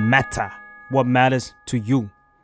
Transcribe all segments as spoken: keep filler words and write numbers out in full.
matter what matters to you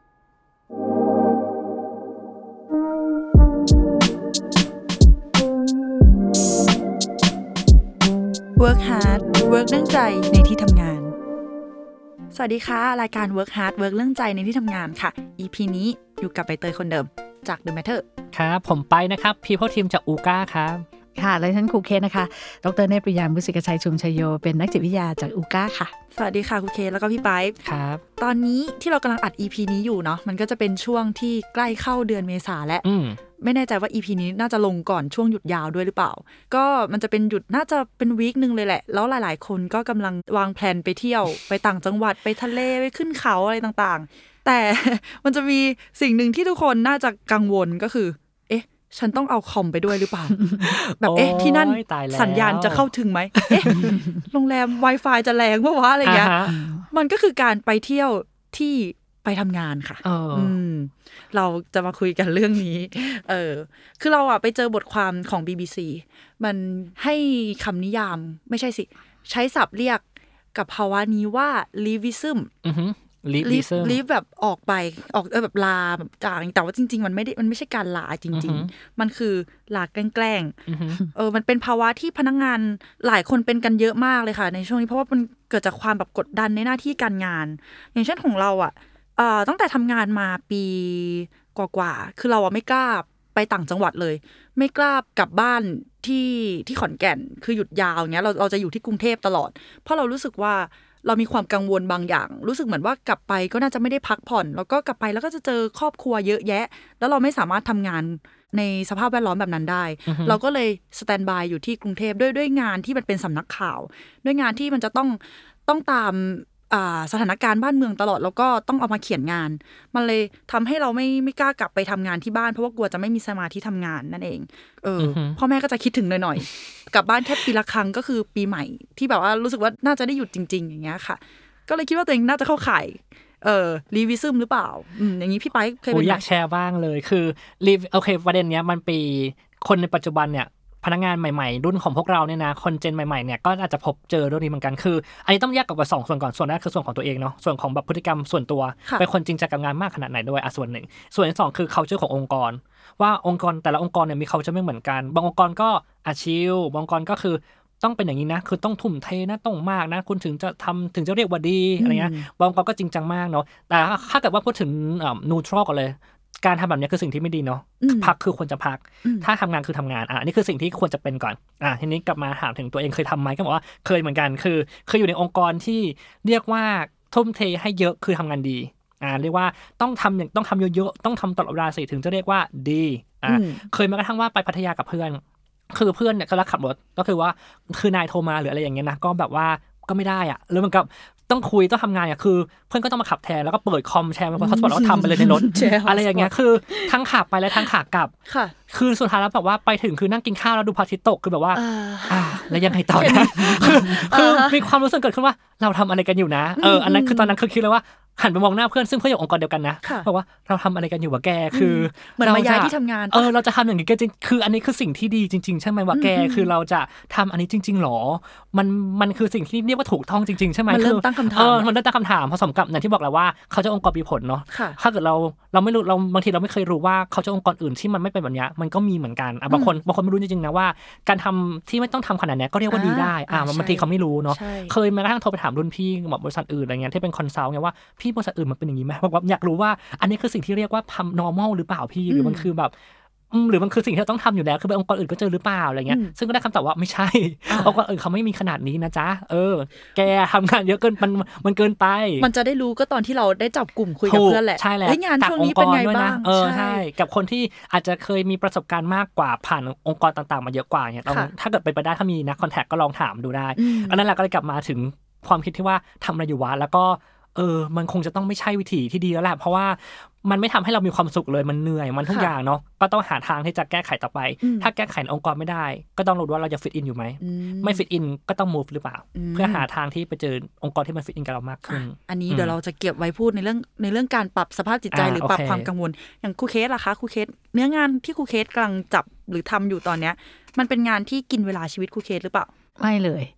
Work hard work เรื่องใจในที่ทำงานสวัสดีค่ะรายการ Work hard work เรื่องใจในที่ทำงานค่ะ อี พี นี้อยู่กับใบเตยคนเดิมจาก The Matter ครับผมไปนะครับ People Team จาก อู ก้า ครับค่ะและฉันครูเคสนะคะดร.เนตรปริยามุสิกชัยชุมชัยโยเป็นนักจิตวิทยาจาก อู ก้า ค่ะสวัสดีค่ะครูเคสแล้วก็พี่ไปป์ครับตอนนี้ที่เรากำลังอัด อี พี นี้อยู่เนาะมันก็จะเป็นช่วงที่ใกล้เข้าเดือนเมษาแล้วไม่แน่ใจว่า อี พี นี้น่าจะลงก่อนช่วงหยุดยาวด้วยหรือเปล่าก็มันจะเป็นหยุดน่าจะเป็นวีคนึงเลยแหละแล้วหลายๆคนก็กำลังวางแผนไปเที่ยวไปต่างจังหวัดไปทะเลไปขึ้นเขาอะไรต่างๆแต่มันจะมีสิ่งหนึ่งที่ทุกคนน่าจะกังวลก็คือเอ๊ะฉันต้องเอาคอมไปด้วยหรือเปล่าแบบเอ๊ะที่นั่นสัญญาณจะเข้าถึงไหมเอ๊ะโรงแรม Wi-Fi จะแรงป่ะวะอะไรเงี้ยมันก็คือการไปเที่ยวที่ไปทำงานค่ะอืมเราจะมาคุยกันเรื่องนี้เออคือเราอ่ะไปเจอบทความของ บี บี ซี มันให้คำนิยามไม่ใช่สิใช้ศัพท์เรียกกับภาวะนี้ว่า leavism อือฮึ leavism leave แบบออกไปออกเออแบบลาแบบจางแต่ว่าจริงๆมันไม่ได้มันไม่ใช่การลาจริงๆมันคือลาแกล้งๆเออมันเป็นภาวะที่พนักงานหลายคนเป็นกันเยอะมากเลยค่ะในช่วงนี้เพราะว่ามันเกิดจากความแบบกดดันในหน้าที่การงานอย่างเช่นของเราอ่ะเอ่อตั้งแต่ทำงานมาปีกว่าๆคือเราอ่ะไม่กล้าไปต่างจังหวัดเลยไม่กล้ากลับบ้านที่ที่ขอนแก่นคือหยุดยาวเงี้ยเราเราจะอยู่ที่กรุงเทพตลอดเพราะเรารู้สึกว่าเรามีความกังวลบางอย่างรู้สึกเหมือนว่ากลับไปก็น่าจะไม่ได้พักผ่อนแล้วก็กลับไปแล้วก็จะเจอครอบครัวเยอะแยะแล้วเราไม่สามารถทำงานในสภาพแวดล้อมแบบนั้นได้ uh-huh. เราก็เลยสแตนด์บายอยู่ที่กรุงเทพด้วยด้วยงานที่มันเป็นสำนักข่าวด้วยงานที่มันจะต้องต้องตามสถานการณ์บ้านเมืองตลอดแล้วก็ต้องเอามาเขียนงานมันเลยทำให้เราไม่ไม่กล้ากลับไปทำงานที่บ้านเพราะว่ากลัวจะไม่มีสมาธิทำงานนั่นเองเออ uh-huh. พ่อแม่ก็จะคิดถึงหน่อยๆ กลับบ้านแค่ปีละครั้งก็คือปีใหม่ที่แบบว่ารู้สึกว่าน่าจะได้หยุดจริงๆอย่างเงี้ยค่ะก็เลยคิดว่าตัวเองน่าจะเข้าข่ายเอ่อรีวิซึมหรือเปล่าอืมอย่างนี้พี่ไปเคยเป็นอยากแชร์บ้างเลยคือรีโอเคประเด็นเนี้ยมันปีคนในปัจจุบันเนี่ยพนักงานใหม่ๆรุ่นของพวกเราเนี่ยนะคนเจนใหม่ๆเนี่ยก็อาจจะพบเจอเรื่องนี้เหมือนกันคืออันนี้ต้องแยกกับว่าสองส่วนก่อนส่วนแรกคือส่วนของตัวเองเนาะส่วนของแบบพฤติกรรมส่วนตัวเป็นคนจริงจังกับงานมากขนาดไหนด้วยอ่ะส่วนหนึ่งส่วนที่สองคือ culture ขององค์กรว่าองค์กรแต่ละองค์กรเนี่ยมี culture ไม่เหมือนกันบางองค์กรก็อาชิลบางองค์กรก็คือต้องเป็นอย่างนี้นะคือต้องทุ่มเทนะต้องมากนะคุณถึงจะทำถึงจะเรียกว่าดีอะไรเงี้ยบางองค์กรก็จริงจังมากเนาะแต่ถ้าเกิดว่าพูดถึงนูทรัลก่อนเลยการทำแบบนี้คือสิ่งที่ไม่ดีเนาะพักคือควรจะพักถ้าทำงานคือทำงานอ่ะนี่คือสิ่งที่ควรจะเป็นก่อนอ่ะทีนี้กลับมาถามถึงตัวเองเคยทำไหมก็บอกว่าเคยเหมือนกันคือเคยอยู่ในองค์กรที่เรียกว่าทุ่มเทให้เยอะคือทำงานดีอ่าเรียกว่าต้องทำอย่างต้องทำเยอะๆต้องทำตลอดเวลาสิถึงจะเรียกว่าดีอ่ะเคยแม้กระทั่งว่าไปพัทยากับเพื่อนคือเพื่อนเนี่ยก็รักขับรถก็คือว่าคือนายโทรมาหรืออะไรอย่างเงี้ยนะก็แบบว่าก็ไม่ได้อ่ะแล้วมันกับต้องคุยต้องทำงานอ่ะคือเพื่อนก็ต้องมาขับแทนแล้วก็เปิดคอมแชร์มันก็เขาสปอร์ตแล้วทำไปเลยในรถ อะไรอย่างเงี้ยคือทั้งขับไปและทั้งขากลับคือสุดท้ายแล้วแบบว่าไปถึงคือนั่งกินข้าวแล้วดูพระอาทิตย์ตกคือแบบว่าอ่าแล้วยังไงต่อนะคือคือมีความรู้สึกเกิดขึ้นว่าเราทำอะไรกันอยู่นะเอออันนั้นคือตอนนั้นคือคิดเลยว่าหันไปมองหน้าเพื่อนซึ่งเพื่อนอยู่องค์กรเดียวกันนะบอกว่าเราทำอะไรกันอยู่วะแกคือเหมือนมาย้ายที่ทำงานเออเราจะทำอย่างนี้กันจริงคืออันนี้คือสิ่งที่ดีจริงๆใช่ไหมวะแกคือเราจะทำอันนี้จริงๆหรอมันมันคือสิ่งที่เรียกว่าถูกต้องจริงๆใช่ไหมมันเริ่มตั้งคำถามเออมันเริ่มตั้งคำถามผสมกับอย่างที่บอกแล้วว่าเขาจะองค์กรมีผลเนาะถ้าเกิดเราเราไม่รู้เราบางทีเราไม่เคยรู้ว่าเขาจะองค์กรอื่นที่มันไม่เป็นแบบนี้มันก็มีเหมือนกันอ่ะบางคนบางคนไม่รู้จริงๆนะว่าการทำที่ไม่ต้องทำขนาดนี้ก็เรียกว่าดีได้อ่ะบางทีเขาไม่รู้เนาะเคยแม้กระทั่งโทรไปถามรุ่นพี่แบบบริษัทอื่นอะไรเงี้ยที่เป็นคอนซัลท์ไงว่าพี่บริษัทอื่นมันเป็นอย่างนี้ไหมบอกว่าอยากรู้ว่าอันนี้คือสิ่งที่เรียกว่าทำ normal หรือเปล่าพี่หรือมันคือแบบหรือมันคือสิ่งที่เราต้องทำอยู่แล้วคือองค์กรอื่นก็เจอหรือเปล่าอะไรเงี้ยซึ่งก็ได้คำตอบว่าไม่ใช่องค์กรอื่นเขาไม่มีขนาดนี้นะจ๊ะเออแกทำงานเยอะเกินมันมันเกินไปมันจะได้รู้ก็ตอนที่เราได้จับกลุ่มคุยกับเพื่อนแหละใช่แล้วงานช่วงนี้เป็นไงบ้างเออใช่กับคนที่อาจจะเคยมีประสบการณ์มากกว่าผ่านองค์กรต่างๆมาเยอะกว่าเนี่ยถ้าเกิดเป็นไปได้ถ้ามีนะคอนแทคก็ลองถามดูได้อันนั้นแหละก็เลยกลับมาถึงความคิดที่ว่าทำอะไรอยู่วะแล้วก็เออมันคงจะต้องไม่ใช่วิธีที่ดีแล้วแหละเพราะว่ามันไม่ทำให้เรามีความสุขเลยมันเหนื่อยมันทุกอย่างเนาะก็ต้องหาทางที่จะแก้ไขต่อไปถ้าแก้ไของค์กรไม่ได้ก็ต้องรู้ว่าเราจะฟิตอินอยู่ไหมไม่ฟิตอินก็ต้อง move หรือเปล่าเพื่อหาทางที่ไปเจอองค์กรที่มันฟิตอินกับเรามากขึ้นอันนี้เดี๋ยวเราจะเก็บไว้พูดในเรื่องในเรื่องการปรับสภาพจิตใจหรือปรับความกังวลอย่างครูเคสล่ะคะครูเคสเนื้องานที่ครูเคสกำลังจับหรือทำอยู่ตอนเนี้ยมันเป็นงานที่กินเวลาชีวิตครูเคสหรือเปล่าไม่เลย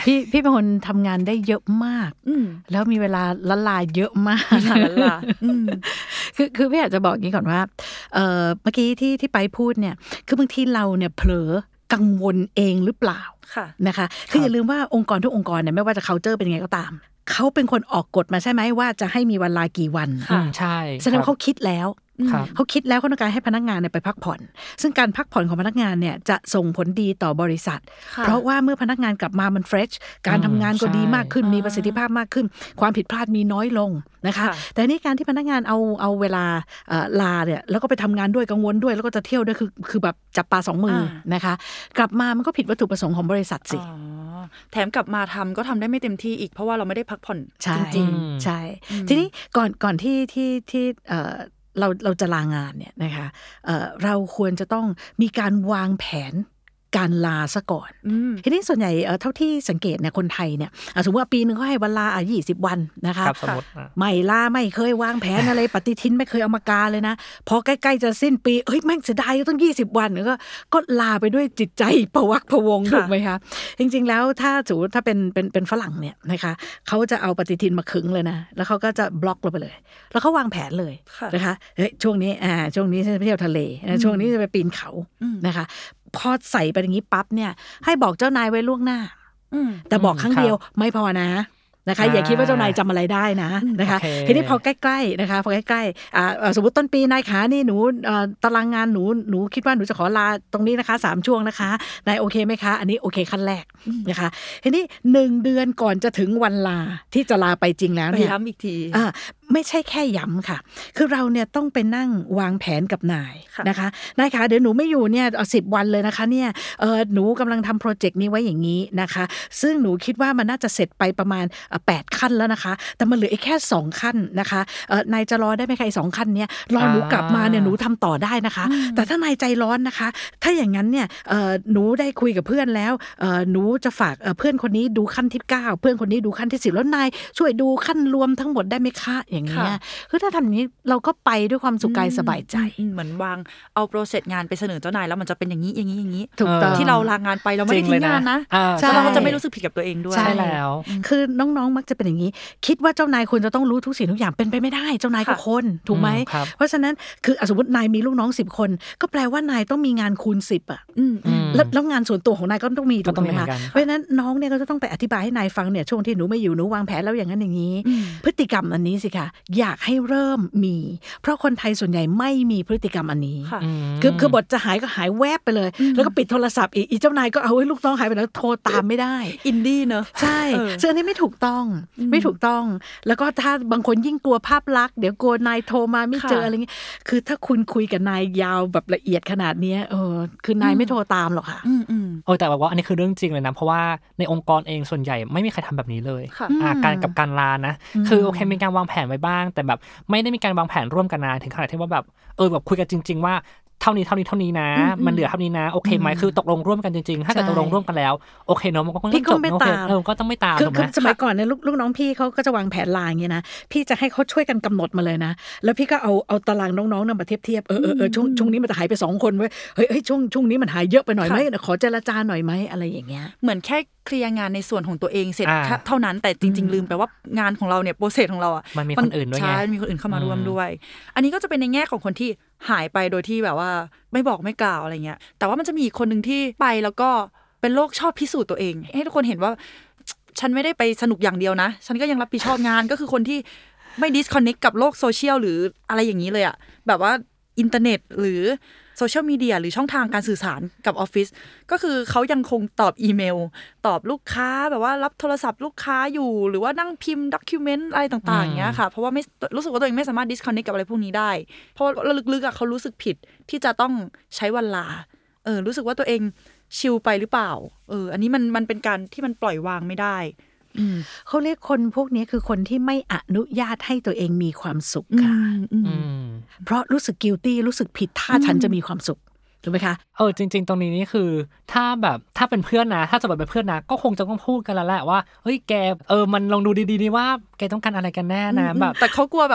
พี่พี่เป็นคนทำงานได้เยอะมากแล้วมีเวลาละลายเยอะมากละลาคือคือพี่อยากจะบอกอย่างนี้ก่อนว่าเอ่อเมื่อกี้ที่ที่ไปพูดเนี่ยคือบางทีเราเนี่ยเผลอกังวลเองหรือเปล่านะคะคืออย่าลืมว่าองค์กรทุกองค์กรเนี่ยไม่ว่าจะ culture เป็นยังไงก็ตามเขาเป็นคนออกกฎมาใช่ไหมว่าจะให้มีเวลากี่วันใช่แสดงว่าเขาคิดแล้วเขาคิดแล้วเขาต้องการให้พนักงานเนี่ยไปพักผ่อนซึ่งการพักผ่อนของพนักงานเนี่ยจะส่งผลดีต่อบริษัทเพราะว่าเมื่อพนักงานกลับมามันเฟรชการทำงานก็ดีมากขึ้นมีประสิทธิภาพมากขึ้นความผิดพลาดมีน้อยลงนะคะแต่นี่การที่พนักงานเอาเอาเวลาลาเนี่ยแล้วก็ไปทำงานด้วยกังวลด้วยแล้วก็จะเที่ยวด้วยคือคือแบบจับปลาสองมือนะคะกลับมามันก็ผิดวัตถุประสงค์ของบริษัทสิแถมกลับมาทำก็ทำได้ไม่เต็มที่อีกเพราะว่าเราไม่ได้พักผ่อนจริงๆใช่ทีนี้ก่อนก่อนที่ที่ที่เราเราจะลางานเนี่ยนะคะเอ่อเราควรจะต้องมีการวางแผนการลาซะก่อนทีนี้ส่วนใหญ่เท่าที่สังเกตเนี่ยคนไทยเนี่ยสมมติว่าปีนึงเขาให้วันลาอ่ะยี่สิบวันนะคะไม่ลาไม่เคยวางแผนอะไรปฏิทินไม่เคยเอามากาเลยนะพอใกล้ๆจะสิ้นปีเอ้ยแม่งเสียดายต้องยี่สิบวันก็ก็ลาไปด้วยจิตใจพะวักพะวงถูกไหมคะจริงๆแล้วถ้าสมมติถ้าเป็นเป็นเป็นฝรั่งเนี่ยนะคะเขาจะเอาปฏิทินมาขึงเลยนะแล้วเขาก็จะบล็อกเราไปเลยแล้วเขาวางแผนเลยนะคะเฮ้ยช่วงนี้อ่าช่วงนี้จะไปเที่ยวทะเลช่วงนี้จะไปปีนเขานะคะพอใส่ไปอย่างนี้ปั๊บเนี่ยให้บอกเจ้านายไว้ล่วงหน้าแต่บอกครั้งเดียวไม่พอนะนะคะอย่าคิดว่าเจ้านายจำอะไรได้นะนะคะทีนี้พอใกล้ๆนะคะพอใกล้ๆสมมติต้นปีนายขานี่หนูตารางงานหนูหนูคิดว่าหนูจะขอลาตรงนี้นะคะสามช่วงนะคะนายโอเคไหมคะอันนี้โอเคขั้นแรกนะคะทีนี้หนึ่งเดือนก่อนจะถึงวันลาที่จะลาไปจริงแล้วเนี่ยย้ำอีกทีไม่ใช่แค่ย้ำค่ะคือเราเนี่ยต้องไปนั่งวางแผนกับนายนะคะนายคะเดี๋ยวหนูไม่อยู่เนี่ยเอาสิบวันเลยนะคะเนี่ยเออหนูกำลังทำโปรเจกต์นี้ไว้อย่างนี้นะคะซึ่งหนูคิดว่ามันน่าจะเสร็จไปประมาณแปดขั้นแล้วนะคะแต่มันเหลืออีกแค่สองขั้นนะคะเออนายจะรอได้ไหมคะสองขั้นเนี้ยรอหนูกลับมาเนี่ยหนูทำต่อได้นะคะแต่ถ้านายใจร้อนนะคะถ้าอย่างนั้นเนี่ยเออหนูได้คุยกับเพื่อนแล้วเออหนูจะฝากเพื่อนคนนี้ดูขั้นที่เก้าเพื่อนคนนี้ดูขั้นที่สิบแล้วนายช่วยดูขั้นรวมทั้งหมดได้ไหมคะอย่างเงี้ยคือถ้าทำอย่างนี้เราก็ไปด้วยความสุขกายสบายใจเหมือนวางเอาโปรเซสงานไปเสนอเจ้านายแล้วมันจะเป็นอย่างนี้อย่างนี้อย่างนี้ถูกต้องที่เราลางานไปเราไม่ได้ทิ้งงานนะแล้วเราก็จะไม่รู้สึกผิดกับตัวเองด้วยใช่แล้วคือน้องๆมักจะเป็นอย่างนี้คิดว่าเจ้านายควรจะต้องรู้ทุกสิ่งทุกอย่างเป็นไปไม่ได้เจ้านายก็คนถูกไหมเพราะฉะนั้นคือสมมตินายมีลูกน้องสิบคนก็แปลว่านายต้องมีงานคูณสิบอ่ะแล้วงานส่วนตัวของนายก็ต้องมีถูกไหมคะเพราะฉะนั้นน้องเนี่ยก็จะต้องไปอธิบายให้นายฟังเนี่ยช่วงที่หนูไม่อยู่หนูวางแผนแล้วอย่างนั้นอย่างนี้พฤติกรรมอันนี้สิคะอยากให้เริ่มมีเพราะคนไทยส่วนใหญ่ไม่มีพฤติกรรมอันนี้คือคือบทจะหายก็หายแวบไปเลยแล้วก็ปิดโทรศัพท์อีกอีเจ้านายก็เอาให้ลูกน้องหายไปแล้วโทรตามไม่ได้อินดี้เนอะใช่ซึ่งอันนี้ไม่ถูกต้องไม่ถูกต้องแล้วก็ถ้าบางคนยิ่งกลัวภาพลักษณ์เดี๋ยวกลัวนายโทรมาไม่เจออะไรเงี้ยคือถ้าคุณคุยกับนายยาวแบบละเอียดขนาดนี้เออคือนายไม่โทรตามหรอกค่ะโอ้แต่ว่าอันนี้คือเรื่องจริงเลยนะเพราะว่าในองค์กรเองส่วนใหญ่ไม่มีใครทำแบบนี้เลยการกับการลานะคือโอเคมีการวางแผนไว้บ้างแต่แบบไม่ได้มีการวางแผนร่วมกันนานถึงขนาดที่ว่าแบบเออแบบคุยกันจริงๆว่าเท่านี้เท่านี้เท่านี้นะมันเหลือเท่านี้นะโอเคไหมคือตกลงร่วมกันจริงๆถ้าเกิดตกลงร่วมกันแล้วโอเคเนาะมันก็ต้องจบโอเคเออก็ต้องไม่ตามถูกไหมสมัยก่อนเนี่ยลูกน้องพี่เขาก็จะวางแผนลาอย่างเงี้ยนะพี่จะให้เขาช่วยกันกำหนดมาเลยนะแล้วพี่ก็เอาเอาตารางน้องๆนำมาเทียบเทียบเออเออช่วงช่วงนี้มันจะหายไปสองคนเว้ยเฮ้ยเฮ้ยช่วงช่วงนี้มันหายเยอะไปหน่อยไหมขอเจรจาหน่อยไหมอะไรอย่างเงี้ยเหมือนแค่เคลียร์งานในส่วนของตัวเองเสร็จเท่านั้นแต่จริงๆลืมไปว่างานของเราเนี่ยโปรเซสของเราอ่ะมันมีคนอื่นด้วยไงใช่มีคนอื่นเข้ามาร่วมด้วยอันนี้ก็จะเป็นในแง่ของคนที่หายไปโดยที่แบบว่าไม่บอกไม่กล่าวอะไรเงี้ยแต่ว่ามันจะมีอีกคนนึงที่ไปแล้วก็เป็นโรคชอบพิสูจน์ตัวเองให้ทุกคนเห็นว่าฉันไม่ได้ไปสนุกอย่างเดียวนะฉันก็ยังรับผิดชอบงานก็คือคนที่ไม่ดิสคอนเนคกับโลกโซเชียลหรืออะไรอย่างนี้เลยอ่ะแบบว่าอินเทอร์เน็ตหรือโซเชียลมีเดียหรือช่องทางการสื่อสารกับออฟฟิศก็คือเขายังคงตอบอีเมลตอบลูกค้าแบบว่ารับโทรศัพท์ลูกค้าอยู่หรือว่านั่งพิมพ์ด็อกิวเมนต์อะไรต่างๆอย่างเงี้ยค่ะเพราะว่าไม่รู้สึกว่าตัวเองไม่สามารถดิสคอนเนคกับอะไรพวกนี้ได้เพราะว่าลึกๆอ่ะเขารู้สึกผิดที่จะต้องใช้วันลาเออรู้สึกว่าตัวเองชิลไปหรือเปล่าเอออันนี้มันมันเป็นการที่มันปล่อยวางไม่ได้เขาเรียกคนพวกนี้คือคนที่ไม่อนุญาตให้ตัวเองมีความสุขค่ะเพราะรู้สึก guilty รู้สึกผิดถ้าฉันจะมีความสุขถูกไหมคะเออจริงๆตรงนี้นี่คือถ้าแบบถ้าเป็นเพื่อนนะถ้าจะแบบเป็นเพื่อนนะก็คงจะต้องพูดกันแล้วแหละว่าเฮ้ยแกเออมันลองดูดีๆนี่ว่าแกต้องการอะไรกันแน่นะแบบแต่เขากลัวแบบว่า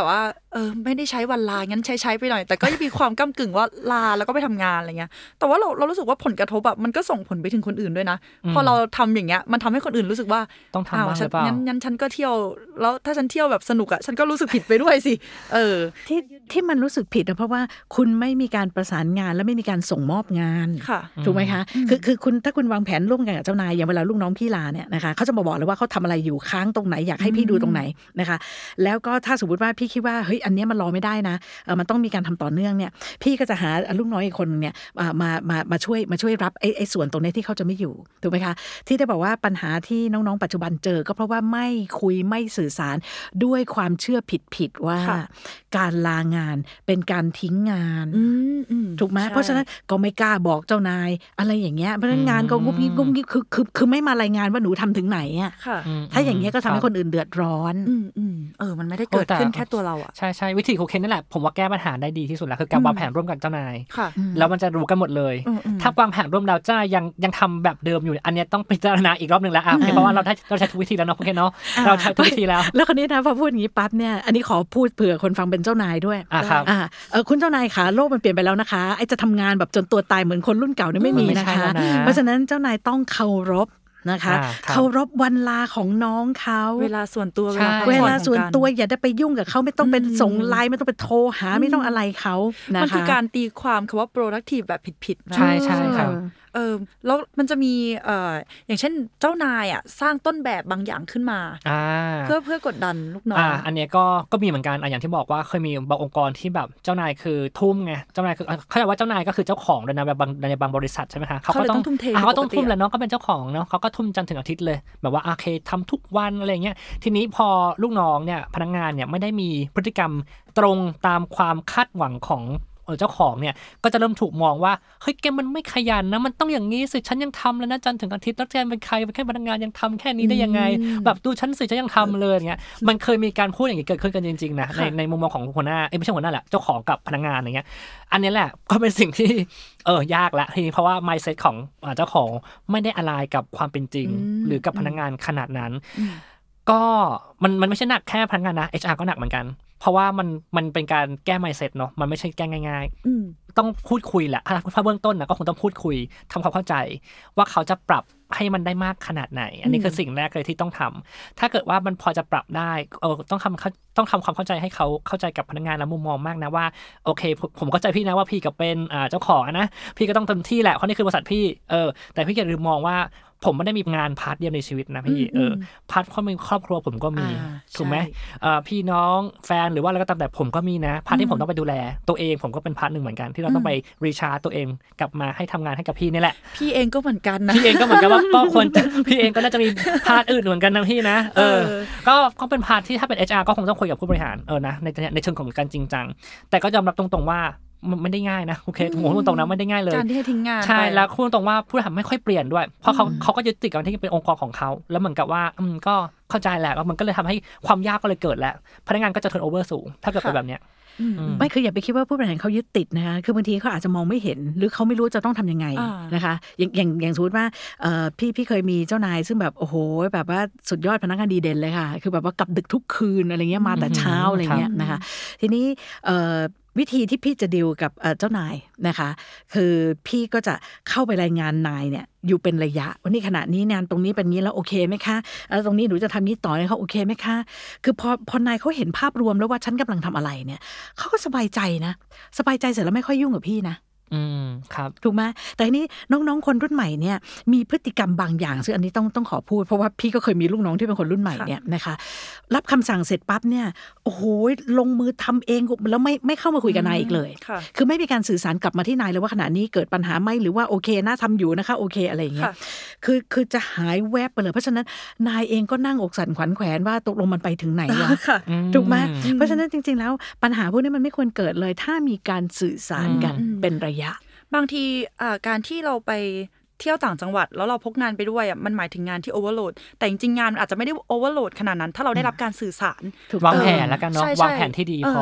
เออไม่ได้ใช้วันลางั้นใช้ใช้ไปหน่อยแต่ก็ยังมีความก้ำกึ่งว่าลาแล้วก็ไปทำงานอะไรเงี้ยแต่ว่าเราเรารู้สึกว่าผลกระทบแบบมันก็ส่งผลไปถึงคนอื่นด้วยนะพอเราทำอย่างเงี้ยมันทำให้คนอื่นรู้สึกว่าต้องทำบ้างหรือเปล่างั้นงั้นฉันก็เที่ยวแล้วถ้าฉันเที่ยวแบบสนุกอ่ะฉันก็รู้สึกผิดไปด้วยสิเออที่ที่มันรู้สึกผิดเพราะว่าคุณไม่มีการประสานงานและไม่มีการส่งมอบงานถูกไหมคะคือคือคุณถ้าคุณวางแผนร่วมกันกับเจ้านายอย่างเวลาลูกน้องพี่ลาเนี่ยนะคะเขาจะมาบอกเลยว่าเขาทำอะไรอยู่ค้างตรงไหนอยากให้พี่ดูตรงไหนนะคะแล้วก็ถ้าสมมติว่าพี่คิดว่าเฮ้ยอันนี้มันรอไม่ได้นะเออมันต้องมีการทำต่อเนื่องเนี่ยพี่ก็จะหาลูกน้อยอีกคนเนี่ยมามามาช่วยมาช่วยรับไอ้ไอ้ส่วนตรงนี้ที่เขาจะไม่อยู่ถูกไหมคะที่ได้บอกว่าปัญหาที่น้องๆปัจจุบันเจอก็เพราะว่าไม่คุยไม่สื่อสารด้วยความเชื่อผิดๆว่าการลางานเป็นการทิ้งงานถูกไหมเพราะฉะนั้นก็ไม่กล้าบอกเจ้านายอะไรอย่างเงี้ยเพราะฉะนั้นงานก็งุบงิบงุบงิบคือคือคือไม่มารายงานว่าหนูทำถึงไหนอ่ะถ้าอย่างเงี้ยก็ทำให้คนอื่นเดือดร้อนเออมันไม่ได้เกิดขึ้นแค่ตัวเราอ่ะใช่ใช่วิธีครูเคนนั่นแหละผมว่าแก้ปัญหาได้ดีที่สุดแล้วคือการวางแผนร่วมกันเจ้านายแล้วมันจะรู้กันหมดเลยถ้าวางแผนร่วมแล้วเจ้านายยังยังทำแบบเดิมอยู่อันนี้ต้องพิจารณาอีกรอบนึงแล้วอ่ะเพราะว่าเราได้เราใช้ทุกวิธีแล้วเนาะครูเคนเนาะเราใช้ทุกวิธีแล้วแล้วคนนี้นะพอพูดอย่างนี้ปั๊บเนี่ยอันนี้ขอพูดเผื่อคนฟังเป็นเจ้านายด้วยอ่าครับอ่าเออคุณเจ้านายคะโลกมันเปลี่ยนไปแล้วนะคะไอ้จะทำงานแบบจนตัวตายเหมือนคนรุ่นเก่าเนี่ยไม่มีนะคะเพราะฉะนั้นเจ้านายต้องเคารพนะคะเคารพวันลาของน้องเขาเวลาส่วนตัวเวลาส่วนตัวอย่าได้ไปยุ่งกับเขาไม่ต้องไปส่งไลน์ไม่ต้องไปโทรหาไม่ต้องอะไรเขานะคะมันคือการตีความคำว่า productive แบบผิดๆใช่ใช่ครับเออแล้วมันจะมีเอ่ออย่างเช่นเจ้านายอ่ะสร้างต้นแบบบางอย่างขึ้นมาเพื่อเพื่อกดดันลูกน้องอ่าอันนี้ก็ก็มีเหมือนกันอ่ะอย่างที่บอกว่าเคยมีบางองค์กรที่แบบเจ้านายคือทุ่มไงเจ้านายคือเขาเรียกว่าเจ้านายก็คือเจ้าของเลยนะแบบบางในบางบริษัทใช่ไหมคะเขาก็ต้องทุ่มเทเขาต้องทุ่มแหละเนาะก็เป็นเจ้าของเนาะเขาก็ทุ่มจันทร์ถึงอาทิตย์เลยแบบว่าโอเคทำทุกวันอะไรเงี้ยทีนี้พอลูกน้องเนี่ยพนักงานเนี่ยไม่ได้มีพฤติกรรมตรงตามความคาดหวังของเจ้าของเนี่ยก็จะเริ่มถูกมองว่าเฮ้ยแกมันไม่ขยันนะมันต้องอย่างนี้สิฉันยังทำแล้วนะจันทร์ถึงอาทิตย์แล้วแกเป็นใครเป็นแค่พนักงานยังทำแค่นี้ได้ยังไงแบบดูฉันสิฉันยังทำเลยอย่างเงี้ยมันเคยมีการพูดอย่างนี้เกิดขึ้นกันจริงๆนะในในมุมมองของหัวหน้าเอ้ยไม่ใช่หัวหน้าแหละเจ้าของกับพนักงานอย่างเงี้ยอันนี้แหละก็เป็นสิ่งที่เออยากละทีเพราะว่า mindset ของเจ้าของไม่ได้อะไรกับความเป็นจริงหรือกับพนักงานขนาดนั้นก็มันมันไม่ใช่หนักแค่พนักงานนะ เอช อาร์ ก็หนักเหมือนกันเพราะว่ามันมันเป็นการแก้ mindset เนาะมันไม่ใช่แก้ง่ายๆต้องพูดคุยแหละถ้าเบื้องต้นนะก็คงต้องพูดคุยทำความเข้าใจว่าเขาจะปรับให้มันได้มากขนาดไหนอันนี้คือสิ่งแรกเลยที่ต้องทำถ้าเกิดว่ามันพอจะปรับได้เออต้องทำต้องทำความเข้าใจให้เขาเข้าใจกับพนักงานและมุมมองมากนะว่าโอเคผมเข้าใจพี่นะว่าพี่กับเป็นอ่าเจ้าของนะพี่ก็ต้องเต็มที่แหละเพราะนี่คือบริษัทพี่เออแต่พี่อย่าลืมมองว่าผมไม่ได้มีงานพาร์ทเดียวในชีวิตนะพี่เออพาร์ทความเป็นครอบครัวผมก็มีถูกไหมอ่าพี่น้องแฟนหรือว่าอะไรก็ตามแต่ผมก็มีนะพาร์ทที่ผมต้องไปดูแลตัวเองผมก็เป็นพาร์ทหนึ่งเหมือนกันที่เราต้องไปรีชาร์จตัวเองกลับมาให้ทำงานให้กับพี่นี่แหละพี่เองก็เหมือนกันนะพี่เองก็เหมือนกันว่าก็ควรพี่เองก็น่าจะมีพาร์ทอื่นเหมือนกันนะพี่นะเออก็ก็เป็นพาร์ทที่ถ้าเป็น เอช อาร์ ก็คงต้องคุยกับผู้บริหารเออนะในในเชิงของการจริงจังแต่ก็ยอมรับตรงๆว่ามันไม่ได้ง่ายนะโอเคผมพูดตรงๆนะไม่ได้ง่ายเลยการที่ให้ทิ้งงานใช่แล้วพูดตรงว่าผู้บริหารไม่ค่อยเปลี่ยนด้วยเพราะเขาเขาก็ยึดติดกับที่เป็นองค์กรของเขาแล้วเหมือนกับว่าอืมก็เข้าใจแหละแล้วมันก็เลยทำให้ความยากก็เลยเกิดแล้วพนักงานก็จะเทิร์นโอเวอร์สูงถ้าเกิดเป็นแบบเนี้ยไม่คืออย่าไปคิดว่าผู้บริหารเขายึดติดนะคะคือบางทีเขาอาจจะมองไม่เห็นหรือเขาไม่รู้จะต้องทำยังไงนะคะอย่างอย่างอย่างสมมติว่าพี่พี่เคยมีเจ้านายซึ่งแบบโอ้โหแบบว่าสุดยอดพนักงานดีเด่นเลยค่ะคือแบบว่ากลับดึกทุกคืนอะไรเงี้ยมาแต่เช้าอะไรเงี้ยนะคะทีนี้วิธีที่พี่จะดีลกับเจ้านายนะคะคือพี่ก็จะเข้าไปรายงานนายเนี่ยอยู่เป็นระยะวันนี้ขณะนี้งานตรงนี้เป็นงี้แล้วโอเคไหมคะแล้วตรงนี้หนูจะทำนี้ต่อให้เขาโอเคไหมคะคือพอพอนายเขาเห็นภาพรวมแล้วว่าฉันกำลังทำอะไรเนี่ยเขาก็สบายใจนะสบายใจเสร็จแล้วไม่ค่อยยุ่งกับพี่นะอืมครับถูกไหมแต่ทีนี้น้องๆคนรุ่นใหม่เนี่ยมีพฤติกรรมบางอย่างซึ่งอันนี้ต้องต้องขอพูดเพราะว่าพี่ก็เคยมีลูกน้องที่เป็นคนรุ่นใหม่เนี่ยนะคะรับคำสั่งเสร็จปั๊บเนี่ยโอ้โหลงมือทำเองแล้วไม่ไม่เข้ามาคุยกับนายอีกเลยคือไม่มีการสื่อสารกลับมาที่นายเลยว่าขณะนี้เกิดปัญหาไหมหรือว่าโอเคน่าทำอยู่นะคะโอเคอะไรอย่างเงี้ยคือคือจะหายแวบไปเลยเพราะฉะนั้นนายเองก็นั่งอกสั่นขวัญแขวนว่าตกลงมันไปถึงไหนวะถูกไหมเพราะฉะนั้นจริงๆแล้วปัญหาพวกนี้มันไม่ควรเกิดเลยถ้ามีการสื่อสารกันเป็นระยะบางทีการที่เราไปเที่ยวต่างจังหวัดแล้วเราพกงานไปด้วยอ่ะมันหมายถึงงานที่โอเวอร์โหลดแต่จริงๆงานมันอาจจะไม่ได้โอเวอร์โหลดขนาดนั้นถ้าเราได้รับการสื่อสารวางแผนแล้วกันเนาะวางแผนที่ดีพอ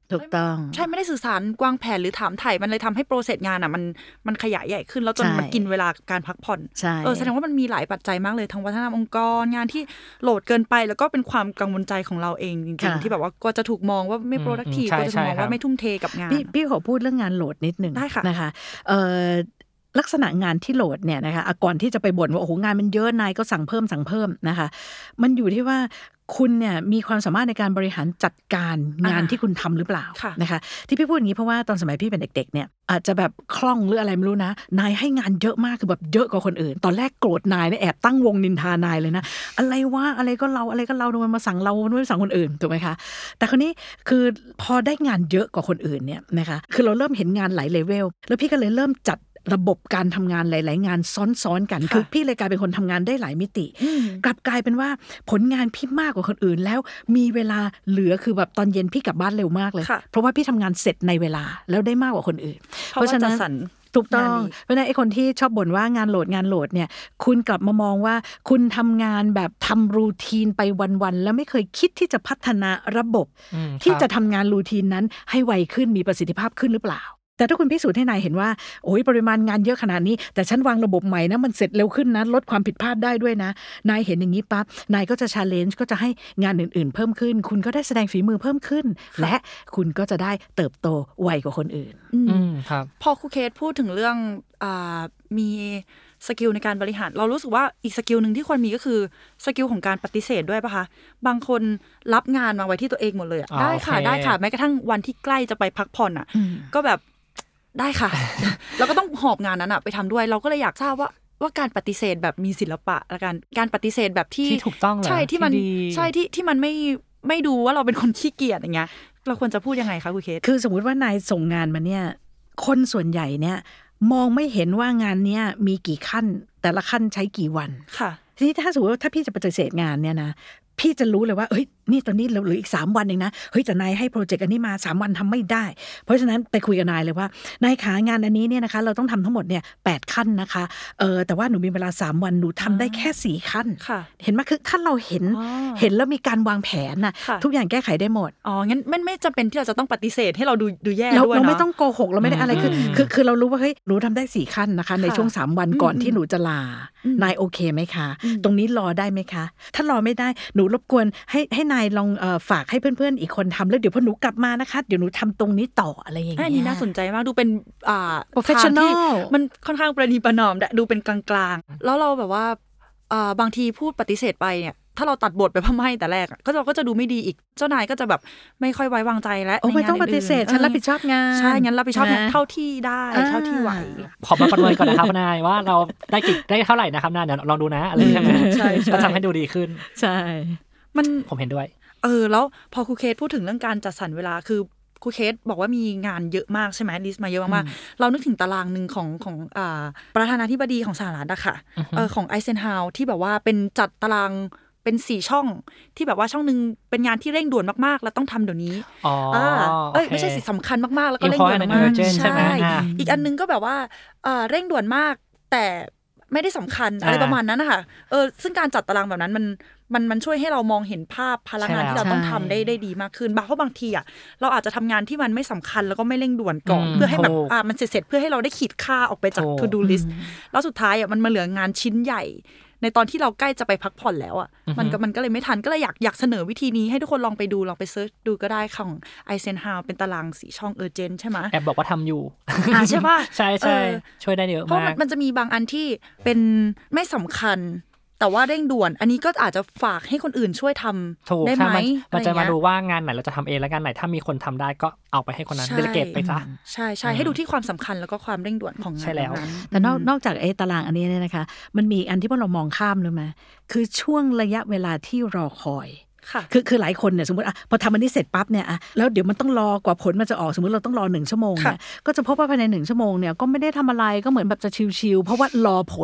ถูกต้องใช่ไม่ได้สื่อสารวางแผนหรือถามไถ่มันเลยทำให้โปรเซสงานอ่ะมันมันขยายใหญ่ขึ้นแล้วจนมันกินเวลาการพักผ่อนเออแสดงว่ามันมีหลายปัจจัยมากเลยทั้งวัฒนธรรมองค์กรงานที่โหลดเกินไปแล้วก็เป็นความกังวลใจของเราเองจริงๆที่แบบว่าก็จะถูกมองว่าไม่ productive ก็จะถูกมองว่าไม่ทุ่มเทกับงานพี่พี่ขอพูดเรื่องงานโหลดนิดนึงนะคะเอ่อลักษณะงานที่โหลดเนี่ยนะคะก่อนที่จะไปบ่นว่าโอ้โหงานมันเยอะนายก็สั่งเพิ่มสั่งเพิ่มนะคะมันอยู่ที่ว่าคุณเนี่ยมีความสามารถในการบริหารจัดการงานที่คุณทำหรือเปล่านะคะที่พี่พูดอย่างนี้เพราะว่าตอนสมัยพี่เป็นเด็กๆเนี่ยอาจจะแบบคล่องหรืออะไรไม่รู้นะนายให้งานเยอะมากคือแบบเยอะกว่าคนอื่นตอนแรกโกรธนายเนี่ยแอบตั้งวงนินทานายเลยนะอะไรวะอะไรก็เราอะไรก็เรามันมาสั่งเราไม่ได้สั่งคนอื่นถูกไหมคะแต่คราวนี้คือพอได้งานเยอะกว่าคนอื่นเนี่ยนะคะคือเราเริ่มเห็นงานหลายเลเวลแล้วพี่ก็เลยเริ่มจัดระบบการทำงานหลายๆงานซ้อนๆกันคือพี่เลยกลายเป็นคนทำงานได้หลายมิติกลับกลายเป็นว่าผลงานพี่มากกว่าคนอื่นแล้วมีเวลาเหลือคือแบบตอนเย็นพี่กลับบ้านเร็วมากเลยเพราะว่าพี่ทำงานเสร็จในเวลาแล้วได้มากกว่าคนอื่นเพราะฉะนั้นถูกต้องเพราะฉะนั้นไอ้คนที่ชอบบ่นว่างานโหลดงานโหลดเนี่ยคุณกลับมามองว่าคุณทำงานแบบทำรูทีนไปวันๆแล้วไม่เคยคิดที่จะพัฒนาระบบที่จะทำงานรูทีนนั้นให้ไวขึ้นมีประสิทธิภาพขึ้นหรือเปล่าแต่ถ้าคุณพิสูจน์ให้นายเห็นว่าโอ้ยปริมาณงานเยอะขนาดนี้แต่ฉันวางระบบใหม่นะมันเสร็จเร็วขึ้นนะลดความผิดพลาดได้ด้วยนะนายเห็นอย่างนี้ปั๊บนายก็จะ challenge ก็จะให้งานอื่นๆเพิ่มขึ้นคุณก็ได้แสดงฝีมือเพิ่มขึ้นและคุณก็จะได้เติบโตไวกว่าคนอื่นอืมครับพอครูเคสพูดถึงเรื่องอ่ามีสกิลในการบริหารเรารู้สึกว่าอีกสกิลนึงที่ควรมีก็คือสกิลของการปฏิเสธด้วยป่ะคะบางคนรับงานมาไว้ที่ตัวเองหมดเลยอ่ะได้ค่ะได้ค่ะแม้กระทั่งวันที่ใกล้จะไปพักผ่อนอ่ะก็แบบได้ค่ะ แล้วก็ต้องหอบงานนั้นอะไปทำด้วยเราก็เลยอยากทราบว่าว่าการปฏิเสธแบบมีศิลปะและการการปฏิเสธแบบที่ที่ถูกต้องใช่ที่มันใช่ที่ที่มันไม่ไม่ดูว่าเราเป็นคนขี้เกียจอย่างเงี้ยเราควรจะพูดยังไงคะคุณเคสคือสมมุติว่านายส่งงานมาเนี่ยคนส่วนใหญ่เนี่ยมองไม่เห็นว่างานเนี้ยมีกี่ขั้นแต่ละขั้นใช้กี่วันค่ะทีนี้ถ้าสมมติว่าถ้าพี่จะปฏิเสธงานเนี่ยนะพี่จะรู้เลยว่าเฮ้ยนี่ตอนนี้เหลืออีกสามวันเองนะเฮ้ยแต่นายให้โปรเจกต์อันนี้มาสามวันทำไม่ได้เพราะฉะนั้นไปคุยกับนายเลยว่านายขางานอันนี้เนี่ยนะคะเราต้องทำทั้งหมดเนี่ยแปดขั้นนะคะเออแต่ว่าหนูมีเวลาสามวันหนูทำได้แค่สี่ขั้นเห็นไหมคือถ้าเราเห็นเห็นแล้วมีการวางแผนน่ะทุกอย่างแก้ไขได้หมดอ๋องั้นไม่ไม่จำเป็นที่เราจะต้องปฏิเสธให้เราดูดูแย่ด้วยนะเราไม่ต้องโกหกเราไม่ได้อะไรคือคือคือเรารู้ว่าเฮ้ยหนูทำได้สี่ขั้นนะคะในช่วงสามวันก่อนที่หนูจะลานายโอเคไหมคะตรงนี้รอได้ไหมคะถ้ารอไม่ได้หนูรบกวนให้ให้นายลองเอ่อฝากให้เพื่อนๆอีกคนทำแล้วเดี๋ยวพอหนูกลับมานะคะเดี๋ยวหนูทำตรงนี้ต่ออะไรอย่างเงี้ยอันนี้น่าสนใจมากดูเป็นอ่า professional มันค่อนข้างประนีประนอมดูเป็นกลางๆแล้วเราแบบว่าอ่าบางทีพูดปฏิเสธไปเนี่ยถ้าเราตัดบทไปพ่อไม่แต่แรกก็เราก็จะดูไม่ดีอีกเจ้านายก็จะแบบไม่ค่อยไว้วางใจแล้วโอ้ไม่ต้องปฏิเสธฉันรับผิดชอบงานใช่งั้นรับผิดชอบเท่าที่ได้เท่าที่ไหวขอมาประเมินก่อนนะครับนายว่าเราได้กี่ได้เท่าไหร่นะครับนายเดี๋ยวลองดูนะอะไรใช่ไหมใช่ก็ทำให้ดูดีขึ้นใช่มันผมเห็นด้วยเออแล้วพอครูเคสพูดถึงเรื่องการจัดสรรเวลาคือครูเคสบอกว่ามีงานเยอะมากใช่ไหมลิสต์มาเยอะมากเรานึกถึงตารางนึงของของอ่าประธานาธิบดีของสหรัฐอะค่ะเออของไอเซนฮาวที่แบบว่าเป็นจัดตารางเป็นสี่ช่องที่แบบว่าช่องนึงเป็นงานที่เร่งด่วนมากๆแล้วต้องทำเดี๋ยวนี้อ๋อเอ้ยไม่ใช่สิสำคัญมากๆแล้วก็เร่งด่วนมากใช่ไหมอีกอันนึงก็แบบว่าเออเร่งด่วนมากแต่ไม่ได้สำคัญอะไรประมาณนั้นนะคะเออซึ่งการจัดตารางแบบนั้นมันมันมันช่วยให้เรามองเห็นภาพพลังงานที่เราต้องทำได้ได้ดีมากขึ้นบางเพราะบางทีอ่ะเราอาจจะทำงานที่มันไม่สำคัญแล้วก็ไม่เร่งด่วนก่อนเพื่อให้แบบอ่ามันเสร็จๆเพื่อให้เราได้ขีดค่าออกไปจาก to do list แล้วสุดท้ายอ่ะมันมาเหลืองานชิ้นใหญ่ในตอนที่เราใกล้จะไปพักผ่อนแล้วอ่ะมันก็มันก็เลยไม่ทันก็เลยอยากอยากเสนอวิธีนี้ให้ทุกคนลองไปดูลองไปเซิร์ชดูก็ได้ของไอเซนฮาวเป็นตารางสีช่องเออร์เจนใช่ไหมแอบบอกว่าทำอยู่อ่าใช่ป่ะใช่ใช่ช่วยได้เยอะมากเพราะมันจะมีบางอันที่เป็นไม่สำคัญแต่ว่าเร่งด่วนอันนี้ก็อาจจะฝากให้คนอื่นช่วยทำได้ไหมมันจะมาดูว่างานไหนเราจะทำเองแล้วงานไหนถ้ามีคนทำได้ก็เอาไปให้คนนั้นเดลิเกตไปซะใช่ใช่ให้ดูที่ความสำคัญแล้วก็ความเร่งด่วนของงานนั้นแต่นอกนอกจากไอ้ตารางอันนี้เนี่ยนะคะมันมีอันที่พวกเรามองข้ามเลยไหมคือช่วงระยะเวลาที่รอคอยคือคือหลายคนเนี่ยสมมติอ่ะพอทำอันนี้เสร็จปั๊บเนี่ยอ่ะแล้วเดี๋ยวมันต้องรอกว่าผลมันจะออกสมมติเราต้องรอหนึ่งชั่วโมงเนี่ยก็จะพบว่าภายในหนึ่งชั่วโมงเนี่ยก็ไม่ได้ทำอะไรก็เหมือนแบบจะชิลๆเพราะว่ารอผล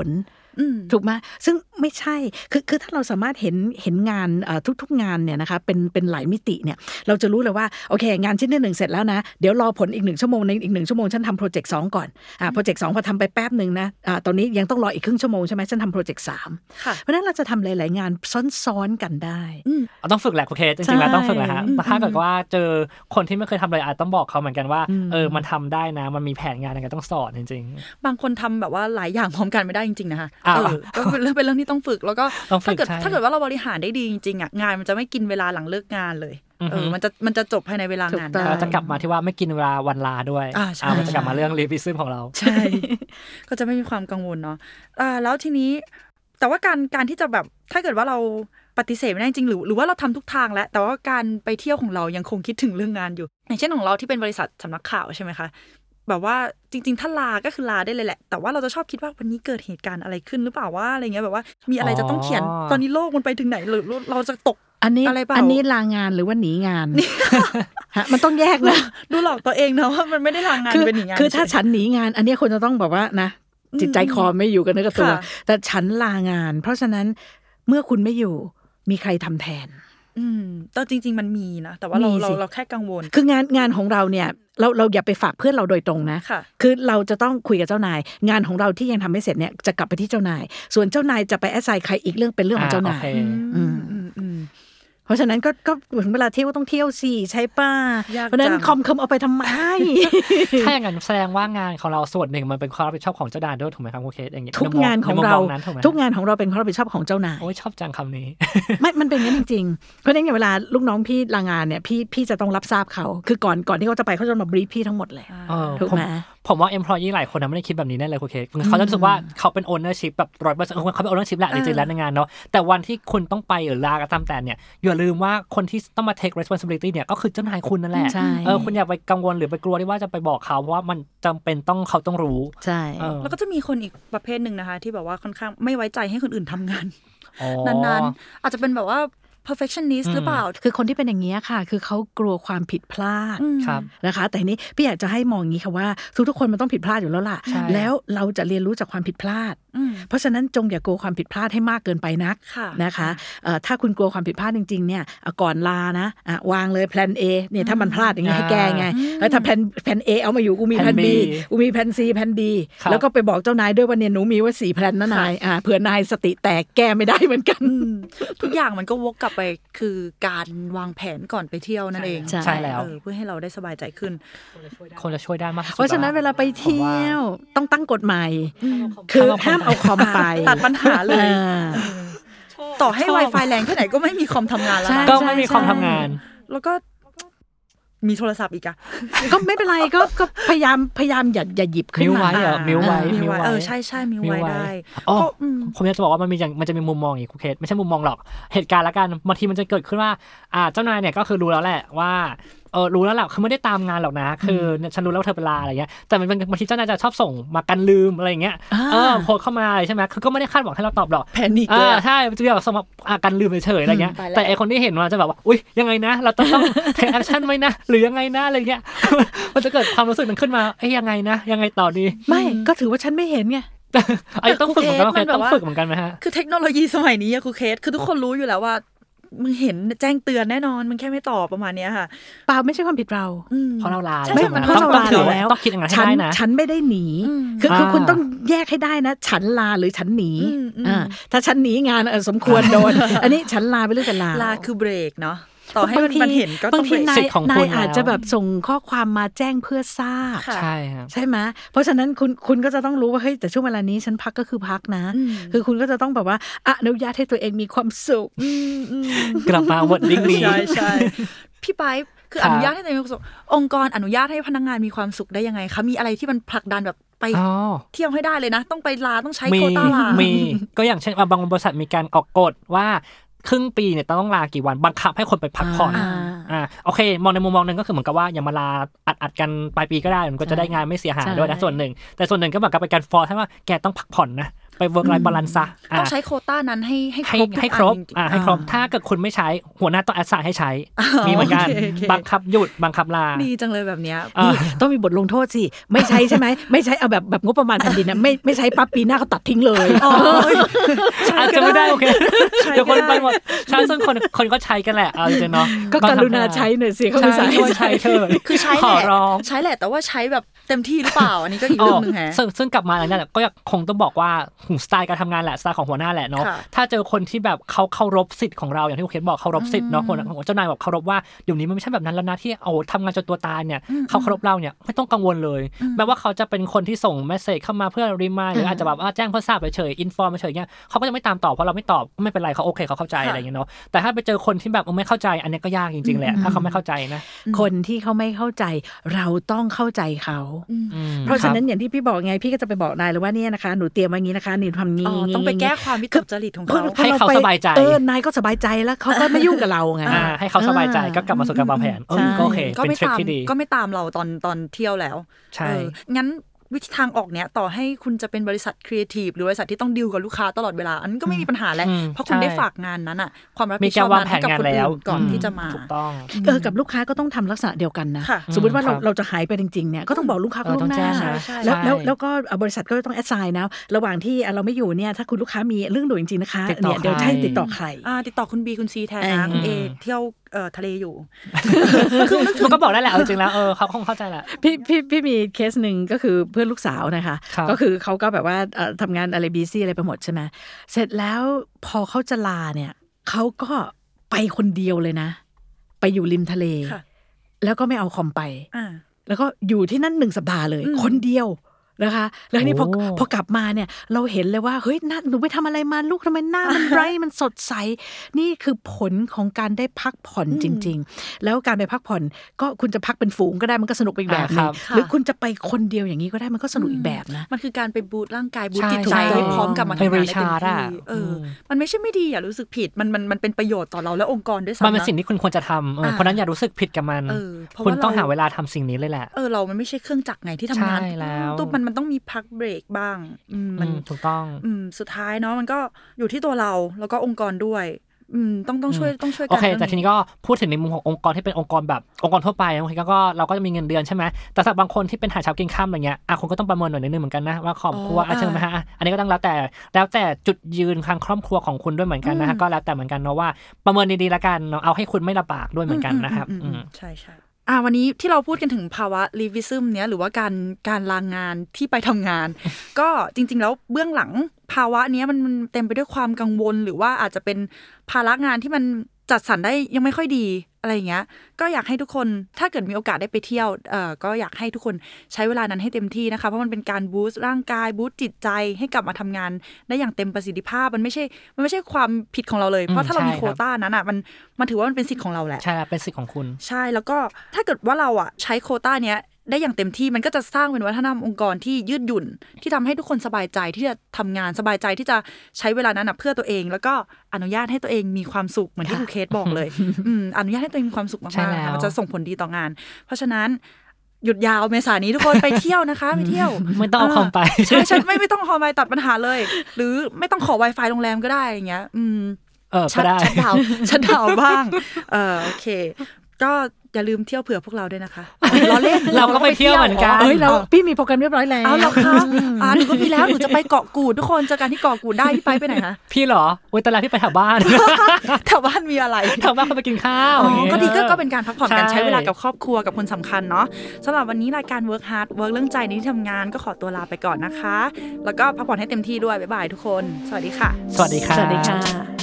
ถูกไหมซึ่งไม่ใช่คือคือถ้าเราสามารถเห็นเห็นงานทุกๆงานเนี่ยนะคะเป็นเป็นหลายมิติเนี่ยเราจะรู้เลยว่าโอเคงานชิ้นที่หนึ่งเสร็จแล้วนะเดี๋ยวรอผลอีกหนึ่งชั่วโมงในอีกหนึ่งชั่วโมงฉันทำโปรเจกต์สองก่อนอ่าโปรเจกต์สองพอทำไปแป๊บนึงนะอ่าตอนนี้ยังต้องรออีกครึ่งชั่วโมงใช่ไหมฉันทำโปรเจกต์สามเพราะนั้นเราจะทำหลายๆงานซ้อนๆกันได้ต้องฝึกแหละโอเคจริงๆแล้วต้องฝึกแหละฮะถ้าเกิดว่าเจอคนที่ไม่เคยทำเลยอาจต้องบอกเขาเหมือนกันว่าเออมันทำได้นะมันมีแผนงานอะไรต้องสอนจริงๆบางคนทำแบบว่าหลายอย่างพร้อมกันไม่ได้จริงๆนะคะเออก็เป็นเรื่องเป็นเรื่องที่ต้องฝึกแล้วก็ถ้าเกิดถ้าเกิดว่าเราบริหารได้ดีจริงๆอ่ะงานมันจะไม่กินเวลาหลังเลิกงานเลยเออมันจะมันจะจบภายในเวลางานได้จะกลับมาที่ว่าไม่กินเวลาวันลาด้วยอ่ามันจะกลับมาเรื่องรีวิซึมของเราใช่ก็จะไม่มีความกังวลเนาะอ่าแล้วทีนี้แต่ว่าการการที่จะแบบถ้าเกิดว่าเราปฏิเสธไม่ได้จริงหรือหรือว่าเราทำทุกทางแล้วแต่ว่าการไปเที่ยวของเรายังคงคิดถึงเรื่องงานอยู่อย่างเช่นของเราที่เป็นบริษัทสำนักข่าวใช่ไหมคะแบบว่าจริงๆถ้าลาก็คือลาได้เลยแหละแต่ว่าเราจะชอบคิดว่าวันนี้เกิดเหตุการณ์อะไรขึ้นหรือเปล่าว่าอะไรเงี้ยแบบว่ามีอะไรจะต้องเขียนตอนนี้โลกมันไปถึงไหนหรือเราจะตกอันนี้อันนี้ลางานหรือว่าหนีงานฮะมันต้องแยกนะดูหลอกตัวเองนะว่ามันไม่ได้ลางานเป็นหนีงานคือถ้าฉันหนีงานอันนี้คนจะต้องแบบว่านะจิตใจคอไม่อยู่กันเนื้อกับตัวแต่ฉันลางานเพราะฉะนั้นเมื่อคุณไม่อยู่มีใครทำแทนอืมแต่จริงๆมันมีนะแต่ว่าเราเราเราแค่กังวลคืองานงานของเราเนี่ยเราเราอย่าไปฝากเพื่อนเราโดยตรงนะคือเราจะต้องคุยกับเจ้านายงานของเราที่ยังทำไม่เสร็จเนี่ยจะกลับไปที่เจ้านายส่วนเจ้านายจะไปแอสไซน์ใครอีกเรื่องเป็นเรื่องของเจ้านายอืมอืมเพราะฉะนั้นก็ก็ถึงเวลาเที่ยวก็ต้องเที่ยวสิใช่ป่ะเพราะนั้นคอมคอมเอาไปทำไมถ้าอย่างนั้นแสดงว่างานของเราส่วนหนึ่งมันเป็นความรับผิดชอบของเจ้านายด้วยถูกไหมครับคุณเคสอย่างนี้ทุกงานของเราทุกงานของเราเป็นความรับผิดชอบของเจ้านายโอ้ยชอบจังคำนี้ไม่มันเป็นงั้นจริงๆเพราะฉะนั้นเวลาลูกน้องพี่ลางานเนี่ยพี่พี่จะต้องรับทราบเขาคือก่อนก่อนที่เขาจะไปเขาจะมาบรีฟพี่ทั้งหมดเลยถูกไหมผมว่า employee หลายคนนะไม่ได้คิดแบบนี้แน่เลยคุณเคสเขาจะรู้สึกว่าเขาเป็น ownership แบบ ร้อยเปอร์เซ็นต์ เขาเป็น ownership แหละจริงๆแล้วในงานเนาะแต่วันที่คุณต้องไปหรือลาก็ตามแต่เนี่ยอย่าลืมว่าคนที่ต้องมา take responsibility เนี่ยก็คือเจ้านายคุณนั่นแหละเออคุณอย่าไปกังวลหรือไปกลัวที่ว่าจะไปบอกเขาเพราะว่ามันจำเป็นต้องเขาต้องรู้ใช่แล้วก็จะมีคนอีกประเภทนึงนะคะที่แบบว่าค่อนข้างไม่ไว้ใจให้คนอื่นทำงานนานๆอาจจะเป็นแบบว่าperfectionist หรือเปล่าคือคนที่เป็นอย่างนี้ค่ะคือเขากลัวความผิดพลาดนะคะแต่นี้พี่อยากจะให้มองอย่างนี้ค่ะว่าทุกๆคนมันต้องผิดพลาดอยู่แล้วล่ะแล้วเราจะเรียนรู้จากความผิดพลาดเพราะฉะนั้นจงอย่ากลัวความผิดพลาดให้มากเกินไปนักนะคะถ้าคุณกลัวความผิดพลาดจริงๆเนี่ยก่อนลานะวางเลยแพลน A เนี่ยถ้ามันพลาดอย่างนี้ให้แก้ไงแล้วถ้าแพลนแพลน A เอามาอยู่กูมีแพลน B กูมีแพลน C แพลน D แล้วก็ไปบอกเจ้านายด้วยว่าเนี่ยหนูมีว่าสี่แพลนนะนายเผื่อนายสติแตกแก้ไม่ได้เหมือนกันทุกอย่างมันก็วกกลับไปคือการวางแผนก่อนไปเที่ยวนั่นเองใช่แล้วเพื่อให้เราได้สบายใจขึ้นคนจะช่วยได้มากเพราะฉะนั้นเวลาไปเที่ยวต้องตั้งกฎหมายคือห้ามเอาคอมไปตัดปัญหาเลยต่อให้ Wi-Fi แรงแค่ไหนก็ไม่มีคอมทำงานแล้วก็ไม่มีคอมทำงานแล้วก็มีโทรศัพท์อีกอะก็ไม่เป็นไรก็ก็พยายามพยายามอย่าอย่าหยิบขึ้นมามิวไว้มิวไว้เออใช่ใช่มิวไว้ได้ผมอยากจะบอกว่ามันมีอย่างมันจะมีมุมมองอีกคุณเคสไม่ใช่มุมมองหรอกเหตุการณ์ละกันบางทีมันจะเกิดขึ้นว่าอ่าเจ้านายเนี่ยก็คือรู้แล้วแหละว่าเออรู้แล้วแหละคือไม่ได้ตามงานหรอกนะคือฉันรู้แล้วเธอเป็นลาอะไรเงี้ยแต่มันบางทีเจ้านายจะชอบส่งมากันลืมอะไรเงี้ยเออโพสเข้ามาใช่ไหมคือก็ไม่ได้คาดหวังให้เราตอบหรอกแพนิคเลยใช่จะแบบส่งมากันลืมเฉยๆอะไรเงี้ยแต่ไอคนที่เห็นมันจะแบบว่าอุ๊ยยังไงนะเราต้องต้องเทคแอคชั่นไหมนะหรือยังไงนะอะไรเงี้ยมันจะเกิดความรู้สึกนั้นขึ้นมาเอ้ยยังไงนะยังไงต่อดีไม่ก็ถือว่าฉันไม่เห็นไงไอ้ต้องฝึกเหมือนกันต้องฝึกเหมือนกันไหมฮะคือเทคโนโลยีสมัยนี้อะครูเคสคือทุกคนรู้อยู่แล้วว่ามึงเห็นแจ้งเตือนแน่นอนมึงแค่ไม่ตอบประมาณนี้ค่ะเปล่าไม่ใช่ความผิดเราเพราะเราลาไม่มันเพราะเราลาแล้วต้องคิดอย่างนั้นให้ได้นะฉันไม่ได้หนีคือคือคุณต้องแยกให้ได้นะฉันลาหรือฉันหนีอ่าถ้าฉันหนีงานสมควรโดนอันนี้ฉันลาไปเรื่องกันลาลาคือเบรกเนาะต่อให้มันเห็นก็ต้องเป็นสิทธิ์ของคุณนายอาจจะแบบส่งข้อความมาแจ้งเพื่อทราบใช่ครับใช่ไหมเพราะฉะนั้นคุณคุณก็จะต้องรู้ว่าเฮ้ยแต่ช่วงเวลานี้ฉันพักก็คือพักนะคือคุณก็จะต้องแบบว่าอนุญาตให้ตัวเองมีความสุขกลับมาหมดดิ้งนี้ใช่ใช่พี่ไปคืออนุญาตให้ตัวเองมีความสุของค์กรอนุญาตให้พนักงานมีความสุขได้ยังไงคะมีอะไรที่มันผลักดันแบบไปเที่ยวให้ได้เลยนะต้องไปลาต้องใช้โควต้าลามีก็อย่างเช่นบางบริษัทมีการออกกฎว่าครึ่งปีเนี่ยต้องลากี่วันบังคับให้คนไปพักผ่อนอ่าโอเคมองในมุมมองนึงก็คือเหมือนกับว่าอย่ามาลาอัดอัดกันปลายปีก็ได้มันก็จะได้งานไม่เสียหายด้วยนะส่วนหนึ่งแต่ส่วนหนึ่งก็เหมือนกับเป็นการฟอร์สให้ว่าแกต้องพักผ่อนนะไป work life balance ซะต้องใช้โควต้านั้นให้ให้ครบให้ครบอ่าให้ครบถ้าเกิดคุณไม่ใช้หัวหน้าต้องแอสไซน์ให้ใช้มีเหมือนกันบังคับหยุดบังคับลาดีจังเลยแบบเนี้ยต้องมีบทลงโทษสิไม่ใช้ใช่ไหมไม่ใช้เอาแบบแบบงบประมาณแผ่นดินนะไม่ไม่ใช้ปั๊บปีหน้าเขาตัดทิ้งเลยอาจจะไม่ได้โอเคเดี๋ยวคนไปหมดใช่ซึ่งคนคนก็ใช้กันแหละเอาจริงเนาะก็กรุณาใช้หน่อยสิเขาไม่ใช้ใช้เธอคือใช้แหละใช้แหละแต่ว่าใช้แบบเต็มที่หรือเปล่าอันนี้ก็อีกเรื่องนึงฮะซึ่งซึ่งกลับมาอันนั้นก็คงต้องบอกว่าสไตล์การทำงานแหละสไตล์ของหัวหน้าแหละเนาะถ้าเจอคนที่แบบเขาเคารพสิทธิ์ของเราอย่างที่คุณเคสบอกเคารพสิทธิ์เนาะคนเจ้านายบอกเคารพว่าเดี๋ยวนี้มันไม่ใช่แบบนั้นแล้วนะที่เอาทำงานจนตัวตายเนี่ยเขาเคารพเราเนี่ยไม่ต้องกังวลเลยแม้ว่าเขาจะเป็นคนที่ส่งเมสเสจเข้ามาเพื่อรีมายด์หรืออาจจะแบบว่าแจ้งเพื่อทราบเฉยๆอินฟอร์มเฉยๆเนี่ยเขาก็จะไม่ตามตอบเพราะเราไม่ตอบไม่เป็นไรเขาโอเคเขาเข้าใจอะไรอย่างเงี้ยเนาะแต่ถ้าไปเจอคนที่แบบไม่เข้าใจอันนี้ก็ยากจริงๆแหละถ้าเขาไม่เข้าใจนะคนที่เขาไม่เข้าใจเราต้องเข้าใจเขาเพราะฉะนั้นอย่างที่พี่บอกไงพี่ก็จะไปบอกนายเลยว่าเนี่ยนะคะหนูเตรียมไว้งี้นะคะหนูทำงี้ต้องไปแก้ความวิตกจริตของเขาให้เขาสบายใจเออนายก็สบายใจแล้วเขาก็ไม่ยุ่งกับเราไงให้เขาสบายใจก็กลับมาสู่การวางแผนก็โอเคเป็นทริคที่ดีก็ไม่ตามเราตอนตอนเที่ยวแล้วใช่งั้นวิธีทางออกเนี้ยต่อให้คุณจะเป็นบริษัทครีเอทีฟหรือบริษัทที่ต้องดีลกับลูกค้าตลอดเวลาอันก็ไม่มีปัญหาแล้วเพราะคุณได้ฝากงานนั้นอ่ะความรับผิดชอบนั้นให้กับคนอื่นก่อนที่จะมาถูกต้องเออกับลูกค้าก็ต้องทำลักษณะเดียวกันนะสมมติว่าเราเราจะหายไปจริงๆเนี่ยก็ต้องบอกลูกค้าล่วงหน้าแล้วแล้วแล้วก็บริษัทก็ต้องแอสไซน์นะระหว่างที่เราไม่อยู่เนี่ยถ้าคุณลูกค้ามีเรื่องด่วนจริงๆนะคะเนี่ยเดี๋ยวให้ติดต่อใครติดต่อคุณ B คุณ C แทนนะคุณ A เที่ยวเอ่อทะเลอยู่คือมันก็บอกได้แหละจริงๆแล้วเออเขาคงเข้าใจแหละพี่พี่พี่มีเคสนึงก็คือเพื่อนลูกสาวนะคะก็คือเขาก็แบบว่าทำงานอะไรบีซี่อะไรไปหมดใช่ไหมเสร็จแล้วพอเขาจะลาเนี่ยเขาก็ไปคนเดียวเลยนะไปอยู่ริมทะเลแล้วก็ไม่เอาคอมไปแล้วก็อยู่ที่นั่นหนึ่งสัปดาห์เลยคนเดียวนะคะแล้วนี่พอพอกลับมาเนี่ยเราเห็นเลยว่าเฮ้ยหน้าหนูไปทำอะไรมาลูกทำไมหน้ามันไบรท์มันสดใสนี่คือผลของการได้พักผ่อนจริงๆแล้วการไปพักผ่อนก็คุณจะพักเป็นฝูงก็ได้มันก็สนุกอีกแบบนึงหรือคุณจะไปคนเดียวอย่างนี้ก็ได้มันก็สนุกอีกแบบนะมันคือการไปบูตร่างกายบูตจิตใจให้พร้อมกับมาทำงานได้เต็มที่เออมันไม่ใช่ไม่ดีอย่ารู้สึกผิดมันมันมันเป็นประโยชน์ต่อเราและองค์กรด้วยซ้ำมันเป็นสิ่งที่คุณควรจะทำเพราะนั้นอย่ารู้สึกผิดกับมันคุณต้องหาเวลาทำสิ่งนี้เลยแหละเออเรามันไม่ใช่เครื่องจักรไงที่ทำงานตุ๊บมันมันต้องมีพักเบรกบ้างมันถูกต้องสุดท้ายเนาะมันก็อยู่ที่ตัวเราแล้วก็องค์กรด้วยต้องต้องช่วยต้องช่วยกันโอเคแต่ทีนี้ก็พูดถึงในมุมขององค์กรที่เป็นองค์กรแบบองค์กรทั่วไปบางทีก็เราก็จะมีเงินเดือนใช่ไหมแต่สำหรับบางคนที่เป็นหาเช้ากินค่ำอะไรเงี้ยอ่ะคนก็ต้องประเมินหน่อยนึงเหมือนกันนะว่าครอบครัวอ่ะใช่ไหมฮะอันนี้ก็ต้องแล้วแต่แล้วแต่จุดยืนทางครอบครัวของคุณด้วยเหมือนกันนะฮะก็แล้วแต่เหมือนกันเนาะว่าประเมินดีๆละกันเนาะเอาให้คุณไม่ลำบากด้วยเหมือนกันนะครับใช่ใช่อ่าวันนี้ที่เราพูดกันถึงภาวะ leavism เนี้ยหรือว่าการการลางงานที่ไปทำงาน ก็จริงๆแล้วเบื้องหลังภาวะเนี้ยมันมันเต็มไปด้วยความกังวลหรือว่าอาจจะเป็นภาระงานที่มันจัดสรรได้ยังไม่ค่อยดีอะไรอย่างเงี้ยก็อยากให้ทุกคนถ้าเกิดมีโอกาสได้ไปเที่ยวเอ่อก็อยากให้ทุกคนใช้เวลานั้นให้เต็มที่นะคะเพราะมันเป็นการบูสต์ร่างกายบูสต์จิตใจให้กลับมาทำงานได้อย่างเต็มประสิทธิภาพมันไม่ใช่มันไม่ใช่ความผิดของเราเลยเพราะถ้าเรามีโควต้านั้นอ่ะมันมันถือว่ามันเป็นสิทธิ์ของเราแหละใช่เป็นสิทธิ์ของคุณใช่แล้วก็ถ้าเกิดว่าเราอ่ะใช้โควต้าเนี้ยได้อย่างเต็มที่มันก็จะสร้างเป็นวัฒนธรรมองค์กรที่ยืดหยุ่นที่ทำให้ทุกคนสบายใจที่จะทำงานสบายใจที่จะใช้เวลานั้นนะเพื่อตัวเองแล้วก็อนุญาตให้ตัวเองมีความสุขเหมือนที่ครูเคสบอกเลยอืมอนุญาตให้ตัวเองมีความสุขมากๆมันจะส่งผลดีต่องานเพราะฉะนั้นหยุดยาวเมษายนนี้ทุกคนไปเที่ยวนะคะไปเที่ยวไม่ต้องเอาคอมไปใช่ใช่ไม่ไม่ต้องคอมไปตัดปัญหาเลยหรือไม่ต้องขอ Wi-Fi โรงแรมก็ได้อย่างเงี้ยอืมเออก็ได้ชัดดาวชัดดาวบ้างเออโอเคก็อย่าลืมเที่ยวเผื่อพวกเราด้วยนะคะเราเล่นเราก็ไปเที่ยวเหมือนกันเอ้ยเราพี่มีโปรแกรมเรียบร้อยแล้วเอาแล้วค่ะอ่าหนูก็มีแล้วหนูจะไปเกาะกูดทุกคนเจอกันที่เกาะกูดได้พี่ไปไปไหนคะพี่เหรอโอ๊ยตอนแรกพี่ไปแถวบ้านแถวบ้านมีอะไรแถวบ้านเขาไปกินข้าวก็ดีก็เป็นการพักผ่อนกันใช้เวลากับครอบครัวกับคนสำคัญเนาะสำหรับวันนี้รายการ Work Hard Work เรื่องใจในที่ทำงานก็ขอตัวลาไปก่อนนะคะแล้วก็พักผ่อนให้เต็มที่ด้วยบ๊ายบายทุกคนสวัสดีค่ะสวัสดีค่ะสวัสดีค่ะ